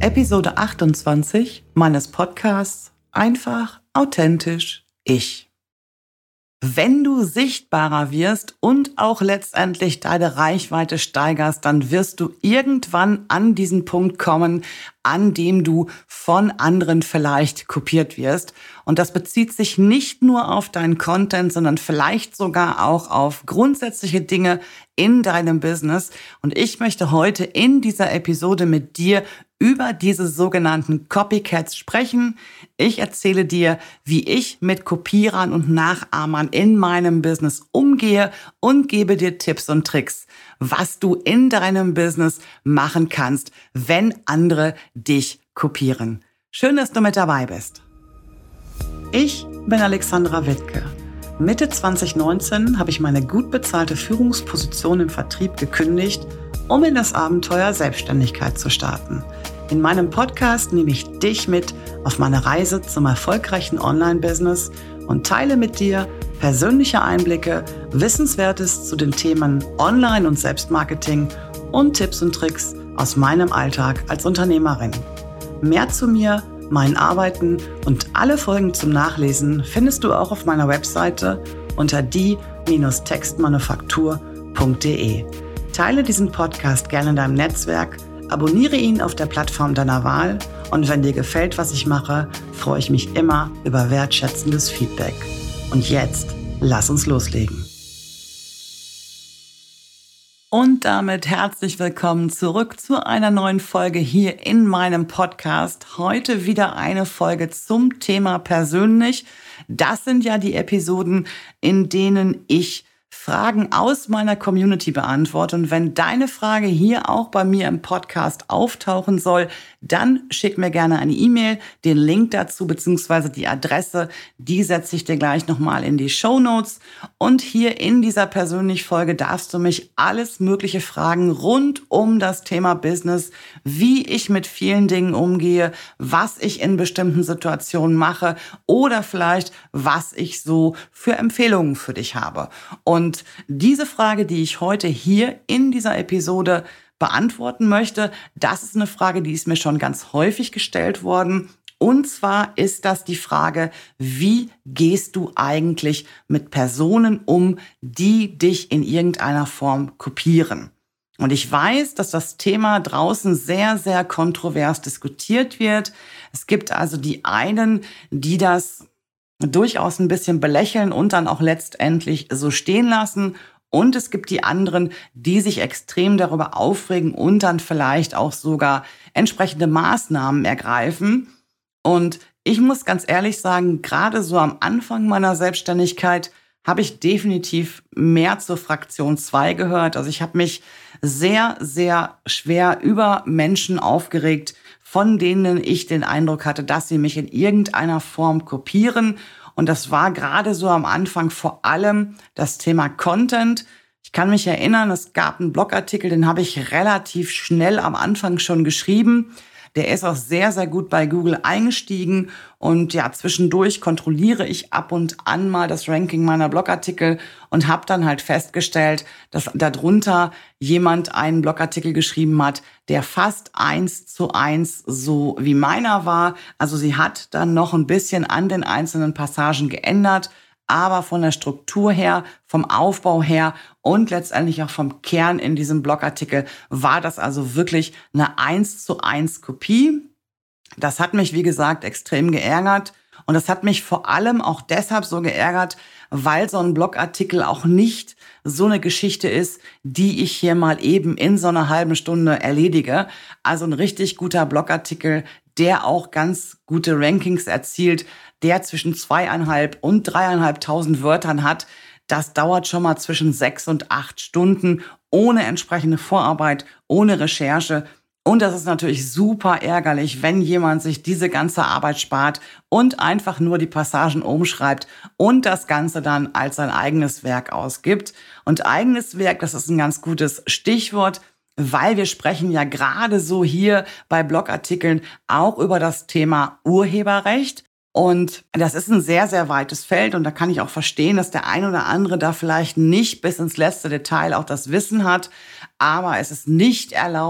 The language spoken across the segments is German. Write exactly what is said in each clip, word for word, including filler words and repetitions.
Episode achtundzwanzig meines Podcasts Einfach, authentisch, ich. Wenn du sichtbarer wirst und auch letztendlich deine Reichweite steigerst, dann wirst du irgendwann an diesen Punkt kommen, an dem du von anderen vielleicht kopiert wirst. Und das bezieht sich nicht nur auf deinen Content, sondern vielleicht sogar auch auf grundsätzliche Dinge in deinem Business. Und ich möchte heute in dieser Episode mit dir über diese sogenannten Copycats sprechen. Ich erzähle dir, wie ich mit Kopierern und Nachahmern in meinem Business umgehe und gebe dir Tipps und Tricks, was du in deinem Business machen kannst, wenn andere dich kopieren. Schön, dass du mit dabei bist. Ich bin Alexandra Wittke. Mitte zwanzig neunzehn habe ich meine gut bezahlte Führungsposition im Vertrieb gekündigt, um in das Abenteuer Selbstständigkeit zu starten. In meinem Podcast nehme ich dich mit auf meine Reise zum erfolgreichen Online-Business und teile mit dir persönliche Einblicke, Wissenswertes zu den Themen Online- und Selbstmarketing und Tipps und Tricks aus meinem Alltag als Unternehmerin. Mehr zu mir, meinen Arbeiten und alle Folgen zum Nachlesen findest du auch auf meiner Webseite unter die Bindestrich textmanufaktur punkt de. Teile diesen Podcast gerne in deinem Netzwerk, abonniere ihn auf der Plattform deiner Wahl und wenn dir gefällt, was ich mache, freue ich mich immer über wertschätzendes Feedback. Und jetzt, lass uns loslegen. Und damit herzlich willkommen zurück zu einer neuen Folge hier in meinem Podcast. Heute wieder eine Folge zum Thema persönlich. Das sind ja die Episoden, in denen ich Fragen aus meiner Community beantworte. Und wenn deine Frage hier auch bei mir im Podcast auftauchen soll, dann schick mir gerne eine E-Mail. Den Link dazu bzw. die Adresse, die setze ich dir gleich nochmal in die Shownotes. Und hier in dieser persönlichen Folge darfst du mich alles mögliche fragen rund um das Thema Business, wie ich mit vielen Dingen umgehe, was ich in bestimmten Situationen mache oder vielleicht, was ich so für Empfehlungen für dich habe. Und Und diese Frage, die ich heute hier in dieser Episode beantworten möchte, das ist eine Frage, die ist mir schon ganz häufig gestellt worden. Und zwar ist das die Frage, wie gehst du eigentlich mit Personen um, die dich in irgendeiner Form kopieren? Und ich weiß, dass das Thema draußen sehr, sehr kontrovers diskutiert wird. Es gibt also die einen, die das durchaus ein bisschen belächeln und dann auch letztendlich so stehen lassen. Und es gibt die anderen, die sich extrem darüber aufregen und dann vielleicht auch sogar entsprechende Maßnahmen ergreifen. Und ich muss ganz ehrlich sagen, gerade so am Anfang meiner Selbstständigkeit habe ich definitiv mehr zur Fraktion zwei gehört. Also ich habe mich sehr, sehr schwer über Menschen aufgeregt, von denen ich den Eindruck hatte, dass sie mich in irgendeiner Form kopieren. Und das war gerade so am Anfang vor allem das Thema Content. Ich kann mich erinnern, es gab einen Blogartikel, den habe ich relativ schnell am Anfang schon geschrieben. Der ist auch sehr, sehr gut bei Google eingestiegen. Und ja, zwischendurch kontrolliere ich ab und an mal das Ranking meiner Blogartikel und habe dann halt festgestellt, dass darunter jemand einen Blogartikel geschrieben hat, der fast eins zu eins so wie meiner war. Also sie hat dann noch ein bisschen an den einzelnen Passagen geändert, aber von der Struktur her, vom Aufbau her und letztendlich auch vom Kern in diesem Blogartikel war das also wirklich eine eins zu eins Kopie. Das hat mich, wie gesagt, extrem geärgert. Und das hat mich vor allem auch deshalb so geärgert, weil so ein Blogartikel auch nicht so eine Geschichte ist, die ich hier mal eben in so einer halben Stunde erledige. Also ein richtig guter Blogartikel, der auch ganz gute Rankings erzielt, der zwischen zweieinhalb und dreieinhalbtausend Wörtern hat. Das dauert schon mal zwischen sechs und acht Stunden ohne entsprechende Vorarbeit, ohne Recherche. Und das ist natürlich super ärgerlich, wenn jemand sich diese ganze Arbeit spart und einfach nur die Passagen umschreibt und das Ganze dann als sein eigenes Werk ausgibt. Und eigenes Werk, das ist ein ganz gutes Stichwort, weil wir sprechen ja gerade so hier bei Blogartikeln auch über das Thema Urheberrecht. Und das ist ein sehr, sehr weites Feld und da kann ich auch verstehen, dass der ein oder andere da vielleicht nicht bis ins letzte Detail auch das Wissen hat. Aber es ist nicht erlaubt,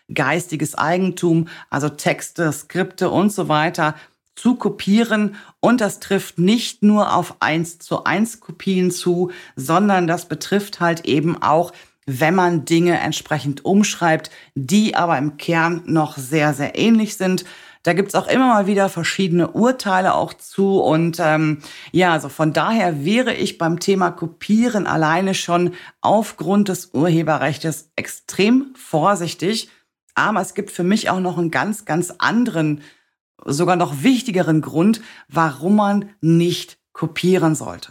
geistiges Eigentum, also Texte, Skripte und so weiter, zu kopieren. Und das trifft nicht nur auf eins zu eins Kopien zu, sondern das betrifft halt eben auch, wenn man Dinge entsprechend umschreibt, die aber im Kern noch sehr, sehr ähnlich sind. Da gibt's auch immer mal wieder verschiedene Urteile auch zu. Und ähm, ja, also von daher wäre ich beim Thema Kopieren alleine schon aufgrund des Urheberrechts extrem vorsichtig. Aber es gibt für mich auch noch einen ganz, ganz anderen, sogar noch wichtigeren Grund, warum man nicht kopieren sollte.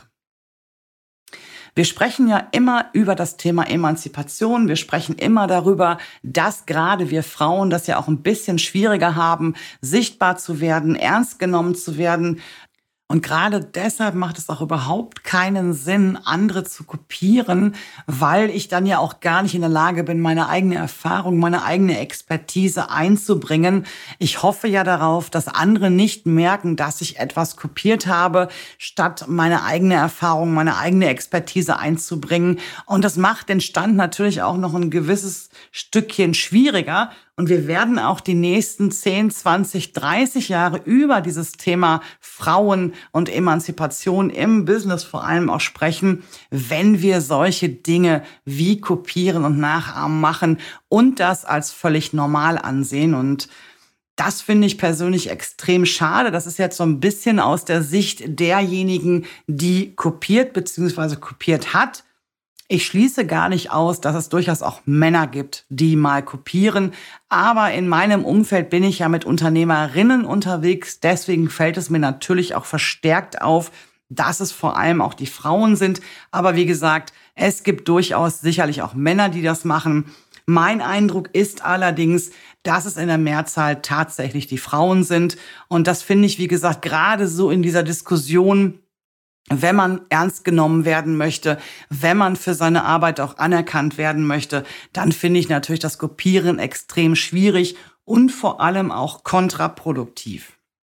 Wir sprechen ja immer über das Thema Emanzipation. Wir sprechen immer darüber, dass gerade wir Frauen das ja auch ein bisschen schwieriger haben, sichtbar zu werden, ernst genommen zu werden. Und gerade deshalb macht es auch überhaupt keinen Sinn, andere zu kopieren, weil ich dann ja auch gar nicht in der Lage bin, meine eigene Erfahrung, meine eigene Expertise einzubringen. Ich hoffe ja darauf, dass andere nicht merken, dass ich etwas kopiert habe, statt meine eigene Erfahrung, meine eigene Expertise einzubringen. Und das macht den Stand natürlich auch noch ein gewisses Stückchen schwieriger. Und wir werden auch die nächsten zehn, zwanzig, dreißig Jahre über dieses Thema Frauen und Emanzipation im Business vor allem auch sprechen, wenn wir solche Dinge wie Kopieren und Nachahmen machen und das als völlig normal ansehen. Und das finde ich persönlich extrem schade. Das ist jetzt so ein bisschen aus der Sicht derjenigen, die kopiert bzw. kopiert hat. Ich schließe gar nicht aus, dass es durchaus auch Männer gibt, die mal kopieren. Aber in meinem Umfeld bin ich ja mit Unternehmerinnen unterwegs. Deswegen fällt es mir natürlich auch verstärkt auf, dass es vor allem auch die Frauen sind. Aber wie gesagt, es gibt durchaus sicherlich auch Männer, die das machen. Mein Eindruck ist allerdings, dass es in der Mehrzahl tatsächlich die Frauen sind. Und das finde ich, wie gesagt, gerade so in dieser Diskussion, wenn man ernst genommen werden möchte, wenn man für seine Arbeit auch anerkannt werden möchte, dann finde ich natürlich das Kopieren extrem schwierig und vor allem auch kontraproduktiv.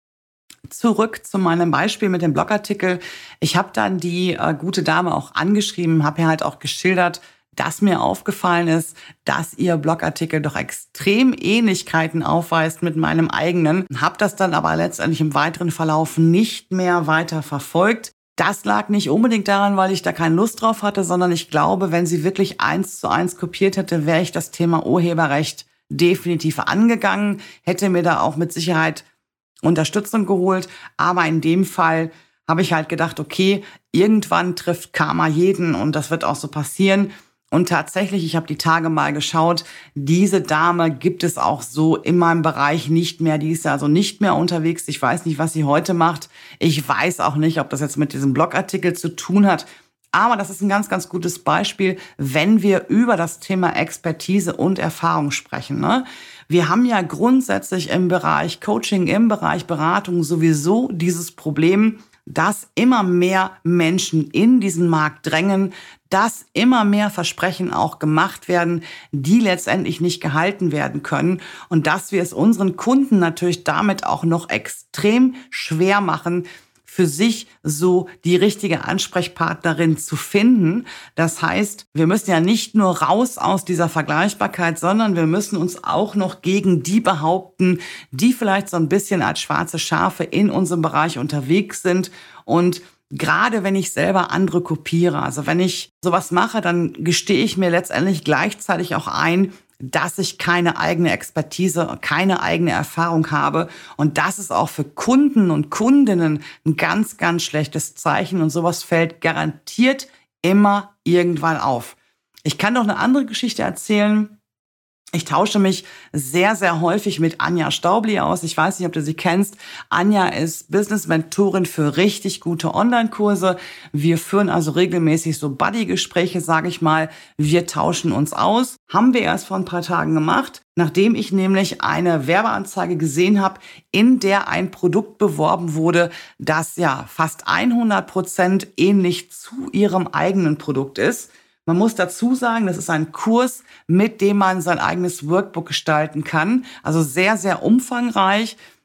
Zurück zu meinem Beispiel mit dem Blogartikel. Ich habe dann die äh, gute Dame auch angeschrieben, habe ihr halt auch geschildert, dass mir aufgefallen ist, dass ihr Blogartikel doch extrem Ähnlichkeiten aufweist mit meinem eigenen. Habe das dann aber letztendlich im weiteren Verlauf nicht mehr weiter verfolgt. Das lag nicht unbedingt daran, weil ich da keine Lust drauf hatte, sondern ich glaube, wenn sie wirklich eins zu eins kopiert hätte, wäre ich das Thema Urheberrecht definitiv angegangen, hätte mir da auch mit Sicherheit Unterstützung geholt. Aber in dem Fall habe ich halt gedacht, okay, irgendwann trifft Karma jeden und das wird auch so passieren. Und tatsächlich, ich habe die Tage mal geschaut, diese Dame gibt es auch so in meinem Bereich nicht mehr. Die ist also nicht mehr unterwegs. Ich weiß nicht, was sie heute macht. Ich weiß auch nicht, ob das jetzt mit diesem Blogartikel zu tun hat. Aber das ist ein ganz, ganz gutes Beispiel, wenn wir über das Thema Expertise und Erfahrung sprechen, ne? Wir haben ja grundsätzlich im Bereich Coaching, im Bereich Beratung sowieso dieses Problem, dass immer mehr Menschen in diesen Markt drängen, dass immer mehr Versprechen auch gemacht werden, die letztendlich nicht gehalten werden können und dass wir es unseren Kunden natürlich damit auch noch extrem schwer machen, für sich so die richtige Ansprechpartnerin zu finden. Das heißt, wir müssen ja nicht nur raus aus dieser Vergleichbarkeit, sondern wir müssen uns auch noch gegen die behaupten, die vielleicht so ein bisschen als schwarze Schafe in unserem Bereich unterwegs sind. Und gerade wenn ich selber andere kopiere, also wenn ich sowas mache, dann gestehe ich mir letztendlich gleichzeitig auch ein, dass ich keine eigene Expertise, keine eigene Erfahrung habe. Und das ist auch für Kunden und Kundinnen ein ganz, ganz schlechtes Zeichen. Und sowas fällt garantiert immer irgendwann auf. Ich kann noch eine andere Geschichte erzählen. Ich tausche mich sehr, sehr häufig mit Anja Staubli aus. Ich weiß nicht, ob du sie kennst. Anja ist Business-Mentorin für richtig gute Online-Kurse. Wir führen also regelmäßig so Buddy-Gespräche, sage ich mal. Wir tauschen uns aus. Haben wir erst vor ein paar Tagen gemacht, nachdem ich nämlich eine Werbeanzeige gesehen habe, in der ein Produkt beworben wurde, das ja fast hundert Prozent ähnlich zu ihrem eigenen Produkt ist. Man muss dazu sagen, das ist ein Kurs, mit dem man sein eigenes Workbook gestalten kann. Also sehr, sehr umfangreich.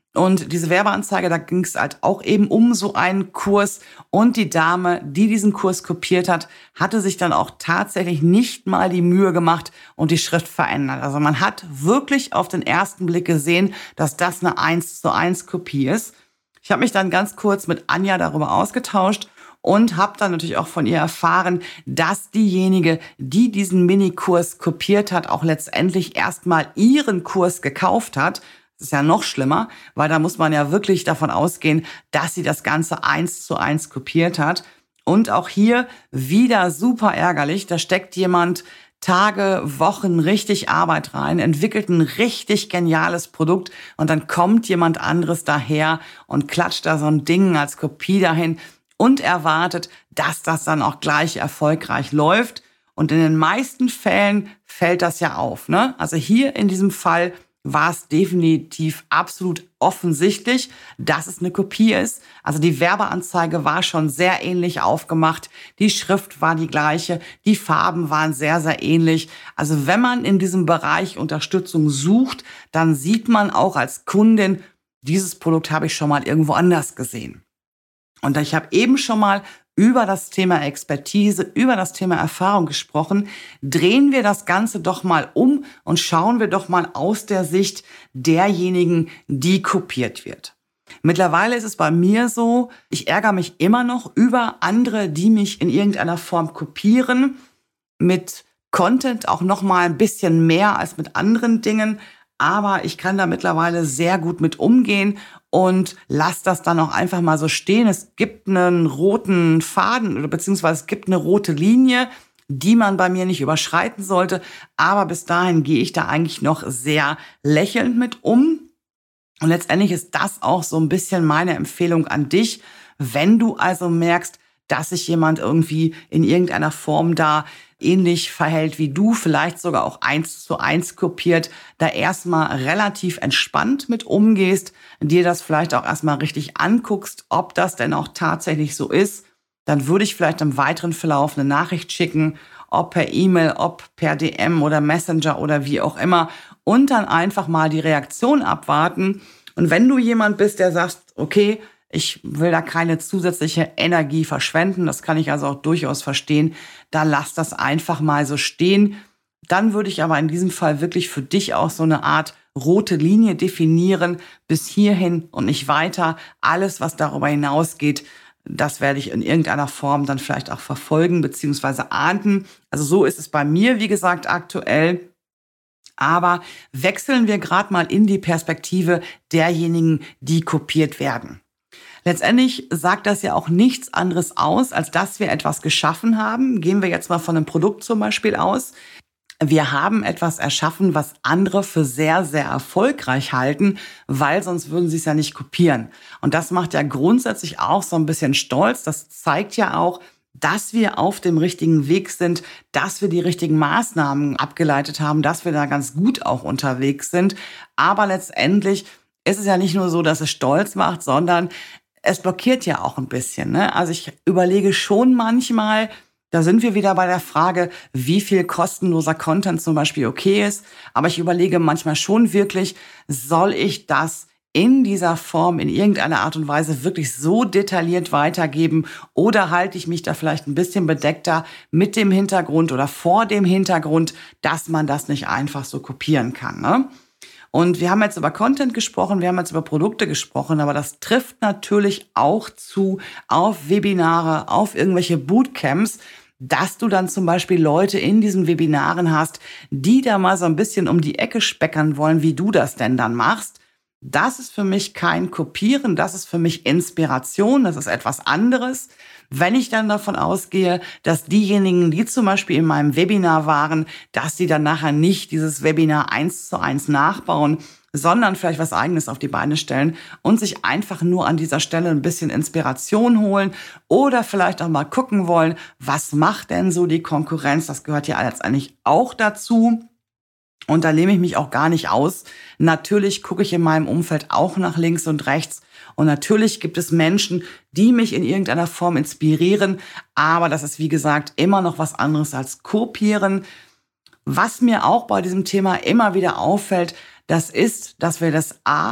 Und diese Werbeanzeige, da ging es halt auch eben um so einen Kurs. Und die Dame, die diesen Kurs kopiert hat, hatte sich dann auch tatsächlich nicht mal die Mühe gemacht und die Schrift verändert. Also man hat wirklich auf den ersten Blick gesehen, dass das eine eins zu eins Kopie ist. Ich habe mich dann ganz kurz mit Anja darüber ausgetauscht und habe dann natürlich auch von ihr erfahren, dass diejenige, die diesen Minikurs kopiert hat, auch letztendlich erstmal ihren Kurs gekauft hat. Das ist ja noch schlimmer, weil da muss man ja wirklich davon ausgehen, dass sie das Ganze eins zu eins kopiert hat. Und auch hier wieder super ärgerlich. Da steckt jemand Tage, Wochen richtig Arbeit rein, entwickelt ein richtig geniales Produkt und dann kommt jemand anderes daher und klatscht da so ein Ding als Kopie dahin und erwartet, dass das dann auch gleich erfolgreich läuft. Und in den meisten Fällen fällt das ja auf, ne? Also hier in diesem Fall war es definitiv absolut offensichtlich, dass es eine Kopie ist. Also die Werbeanzeige war schon sehr ähnlich aufgemacht. Die Schrift war die gleiche. Die Farben waren sehr, sehr ähnlich. Also wenn man in diesem Bereich Unterstützung sucht, dann sieht man auch als Kundin, dieses Produkt habe ich schon mal irgendwo anders gesehen. Und ich habe eben schon mal über das Thema Expertise, über das Thema Erfahrung gesprochen. Drehen wir das Ganze doch mal um und schauen wir doch mal aus der Sicht derjenigen, die kopiert wird. Mittlerweile ist es bei mir so, ich ärgere mich immer noch über andere, die mich in irgendeiner Form kopieren, mit Content auch noch mal ein bisschen mehr als mit anderen Dingen. Aber ich kann da mittlerweile sehr gut mit umgehen und lass das dann auch einfach mal so stehen. Es gibt einen roten Faden oder beziehungsweise es gibt eine rote Linie, die man bei mir nicht überschreiten sollte. Aber bis dahin gehe ich da eigentlich noch sehr lächelnd mit um. Und letztendlich ist das auch so ein bisschen meine Empfehlung an dich, wenn du also merkst, dass sich jemand irgendwie in irgendeiner Form da ähnlich verhält wie du, vielleicht sogar auch eins zu eins kopiert, da erstmal relativ entspannt mit umgehst, dir das vielleicht auch erstmal richtig anguckst, ob das denn auch tatsächlich so ist, dann würde ich vielleicht im weiteren Verlauf eine Nachricht schicken, ob per E-Mail, ob per D M oder Messenger oder wie auch immer und dann einfach mal die Reaktion abwarten. Und wenn du jemand bist, der sagt, okay, ich will da keine zusätzliche Energie verschwenden, das kann ich also auch durchaus verstehen, dann lass das einfach mal so stehen. Dann würde ich aber in diesem Fall wirklich für dich auch so eine Art rote Linie definieren, bis hierhin und nicht weiter. Alles, was darüber hinausgeht, das werde ich in irgendeiner Form dann vielleicht auch verfolgen bzw. ahnden. Also so ist es bei mir, wie gesagt, aktuell. Aber wechseln wir gerade mal in die Perspektive derjenigen, die kopiert werden. Letztendlich sagt das ja auch nichts anderes aus, als dass wir etwas geschaffen haben. Gehen wir jetzt mal von einem Produkt zum Beispiel aus. Wir haben etwas erschaffen, was andere für sehr, sehr erfolgreich halten, weil sonst würden sie es ja nicht kopieren. Und das macht ja grundsätzlich auch so ein bisschen stolz. Das zeigt ja auch, dass wir auf dem richtigen Weg sind, dass wir die richtigen Maßnahmen abgeleitet haben, dass wir da ganz gut auch unterwegs sind. Aber letztendlich ist es ja nicht nur so, dass es stolz macht, sondern es blockiert ja auch ein bisschen, ne? Also ich überlege schon manchmal, da sind wir wieder bei der Frage, wie viel kostenloser Content zum Beispiel okay ist. Aber ich überlege manchmal schon wirklich, soll ich das in dieser Form, in irgendeiner Art und Weise wirklich so detailliert weitergeben? Oder halte ich mich da vielleicht ein bisschen bedeckter mit dem Hintergrund oder vor dem Hintergrund, dass man das nicht einfach so kopieren kann, ne? Und wir haben jetzt über Content gesprochen, wir haben jetzt über Produkte gesprochen, aber das trifft natürlich auch zu auf Webinare, auf irgendwelche Bootcamps, dass du dann zum Beispiel Leute in diesen Webinaren hast, die da mal so ein bisschen um die Ecke speckern wollen, wie du das denn dann machst. Das ist für mich kein Kopieren, das ist für mich Inspiration, das ist etwas anderes. Wenn ich dann davon ausgehe, dass diejenigen, die zum Beispiel in meinem Webinar waren, dass sie dann nachher nicht dieses Webinar eins zu eins nachbauen, sondern vielleicht was Eigenes auf die Beine stellen und sich einfach nur an dieser Stelle ein bisschen Inspiration holen oder vielleicht auch mal gucken wollen, was macht denn so die Konkurrenz? Das gehört ja letztendlich auch dazu. Und da nehme ich mich auch gar nicht aus. Natürlich gucke ich in meinem Umfeld auch nach links und rechts. Und natürlich gibt es Menschen, die mich in irgendeiner Form inspirieren. Aber das ist, wie gesagt, immer noch was anderes als kopieren. Was mir auch bei diesem Thema immer wieder auffällt, das ist, dass wir das A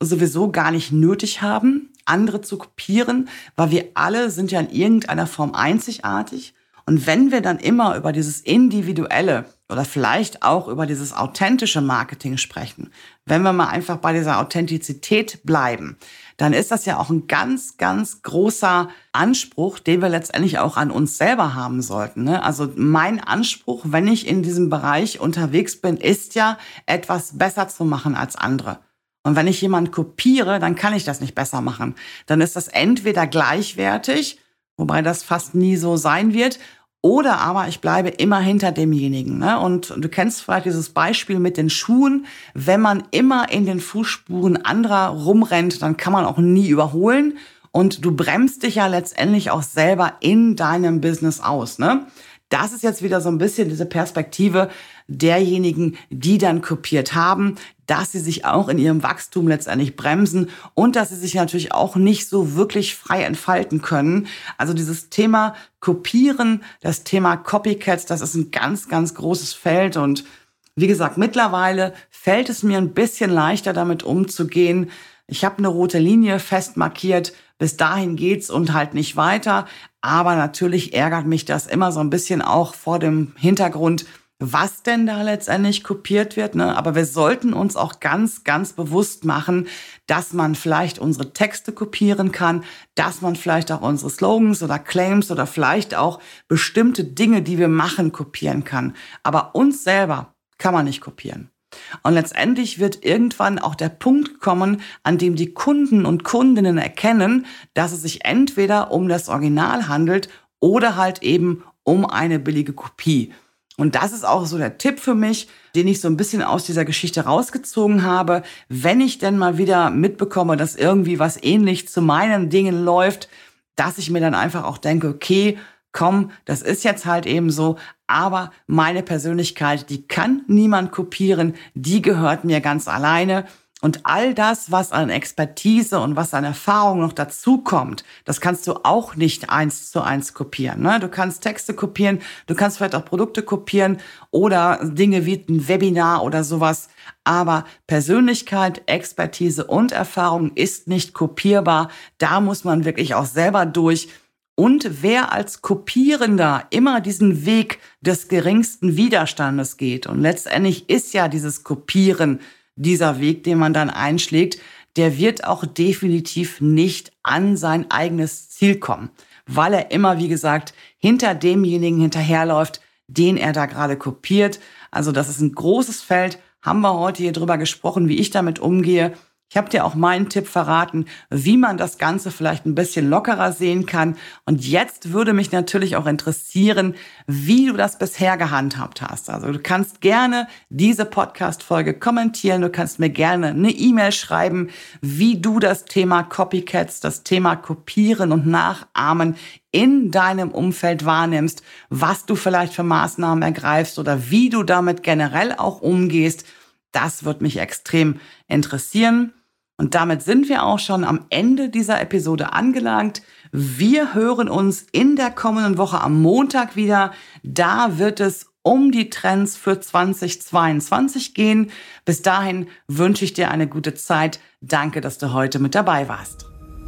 sowieso gar nicht nötig haben, andere zu kopieren, weil wir alle sind ja in irgendeiner Form einzigartig. Und wenn wir dann immer über dieses individuelle oder vielleicht auch über dieses authentische Marketing sprechen, wenn wir mal einfach bei dieser Authentizität bleiben, dann ist das ja auch ein ganz, ganz großer Anspruch, den wir letztendlich auch an uns selber haben sollten. Also mein Anspruch, wenn ich in diesem Bereich unterwegs bin, ist ja, etwas besser zu machen als andere. Und wenn ich jemanden kopiere, dann kann ich das nicht besser machen. Dann ist das entweder gleichwertig, wobei das fast nie so sein wird, oder aber ich bleibe immer hinter demjenigen. Ne? Und du kennst vielleicht dieses Beispiel mit den Schuhen. Wenn man immer in den Fußspuren anderer rumrennt, dann kann man auch nie überholen. Und du bremst dich ja letztendlich auch selber in deinem Business aus. Ne? Das ist jetzt wieder so ein bisschen diese Perspektive derjenigen, die dann kopiert haben, dass sie sich auch in ihrem Wachstum letztendlich bremsen und dass sie sich natürlich auch nicht so wirklich frei entfalten können. Also dieses Thema Kopieren, das Thema Copycats, das ist ein ganz, ganz großes Feld. Und wie gesagt, mittlerweile fällt es mir ein bisschen leichter, damit umzugehen. Ich habe eine rote Linie fest markiert, bis dahin geht's und halt nicht weiter. Aber natürlich ärgert mich das immer so ein bisschen auch vor dem Hintergrund, was denn da letztendlich kopiert wird. Ne? Aber wir sollten uns auch ganz, ganz bewusst machen, dass man vielleicht unsere Texte kopieren kann, dass man vielleicht auch unsere Slogans oder Claims oder vielleicht auch bestimmte Dinge, die wir machen, kopieren kann. Aber uns selber kann man nicht kopieren. Und letztendlich wird irgendwann auch der Punkt kommen, an dem die Kunden und Kundinnen erkennen, dass es sich entweder um das Original handelt oder halt eben um eine billige Kopie. Und das ist auch so der Tipp für mich, den ich so ein bisschen aus dieser Geschichte rausgezogen habe. Wenn ich denn mal wieder mitbekomme, dass irgendwie was ähnlich zu meinen Dingen läuft, dass ich mir dann einfach auch denke, okay, komm, das ist jetzt halt eben so, aber meine Persönlichkeit, die kann niemand kopieren, die gehört mir ganz alleine. Und all das, was an Expertise und was an Erfahrung noch dazukommt, das kannst du auch nicht eins zu eins kopieren. Ne? Du kannst Texte kopieren, du kannst vielleicht auch Produkte kopieren oder Dinge wie ein Webinar oder sowas. Aber Persönlichkeit, Expertise und Erfahrung ist nicht kopierbar. Da muss man wirklich auch selber durch. Und wer als Kopierender immer diesen Weg des geringsten Widerstandes geht, und letztendlich ist ja dieses Kopieren dieser Weg, den man dann einschlägt, der wird auch definitiv nicht an sein eigenes Ziel kommen, weil er immer, wie gesagt, hinter demjenigen hinterherläuft, den er da gerade kopiert. Also das ist ein großes Feld, haben wir heute hier drüber gesprochen, wie ich damit umgehe. Ich habe dir auch meinen Tipp verraten, wie man das Ganze vielleicht ein bisschen lockerer sehen kann. Und jetzt würde mich natürlich auch interessieren, wie du das bisher gehandhabt hast. Also du kannst gerne diese Podcast-Folge kommentieren. Du kannst mir gerne eine E-Mail schreiben, wie du das Thema Copycats, das Thema Kopieren und Nachahmen in deinem Umfeld wahrnimmst, was du vielleicht für Maßnahmen ergreifst oder wie du damit generell auch umgehst. Das wird mich extrem interessieren. Und damit sind wir auch schon am Ende dieser Episode angelangt. Wir hören uns in der kommenden Woche am Montag wieder. Da wird es um die Trends für zweitausendzweiundzwanzig gehen. Bis dahin wünsche ich dir eine gute Zeit. Danke, dass du heute mit dabei warst.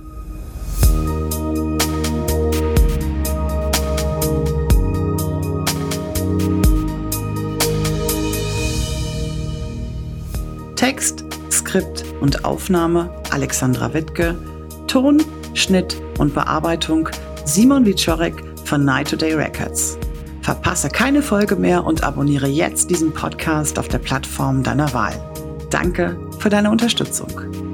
Text, Skript und Aufnahme Alexandra Wittke, Ton, Schnitt und Bearbeitung Simon Wieczorek von Night Today Records. Verpasse keine Folge mehr und abonniere jetzt diesen Podcast auf der Plattform deiner Wahl. Danke für deine Unterstützung.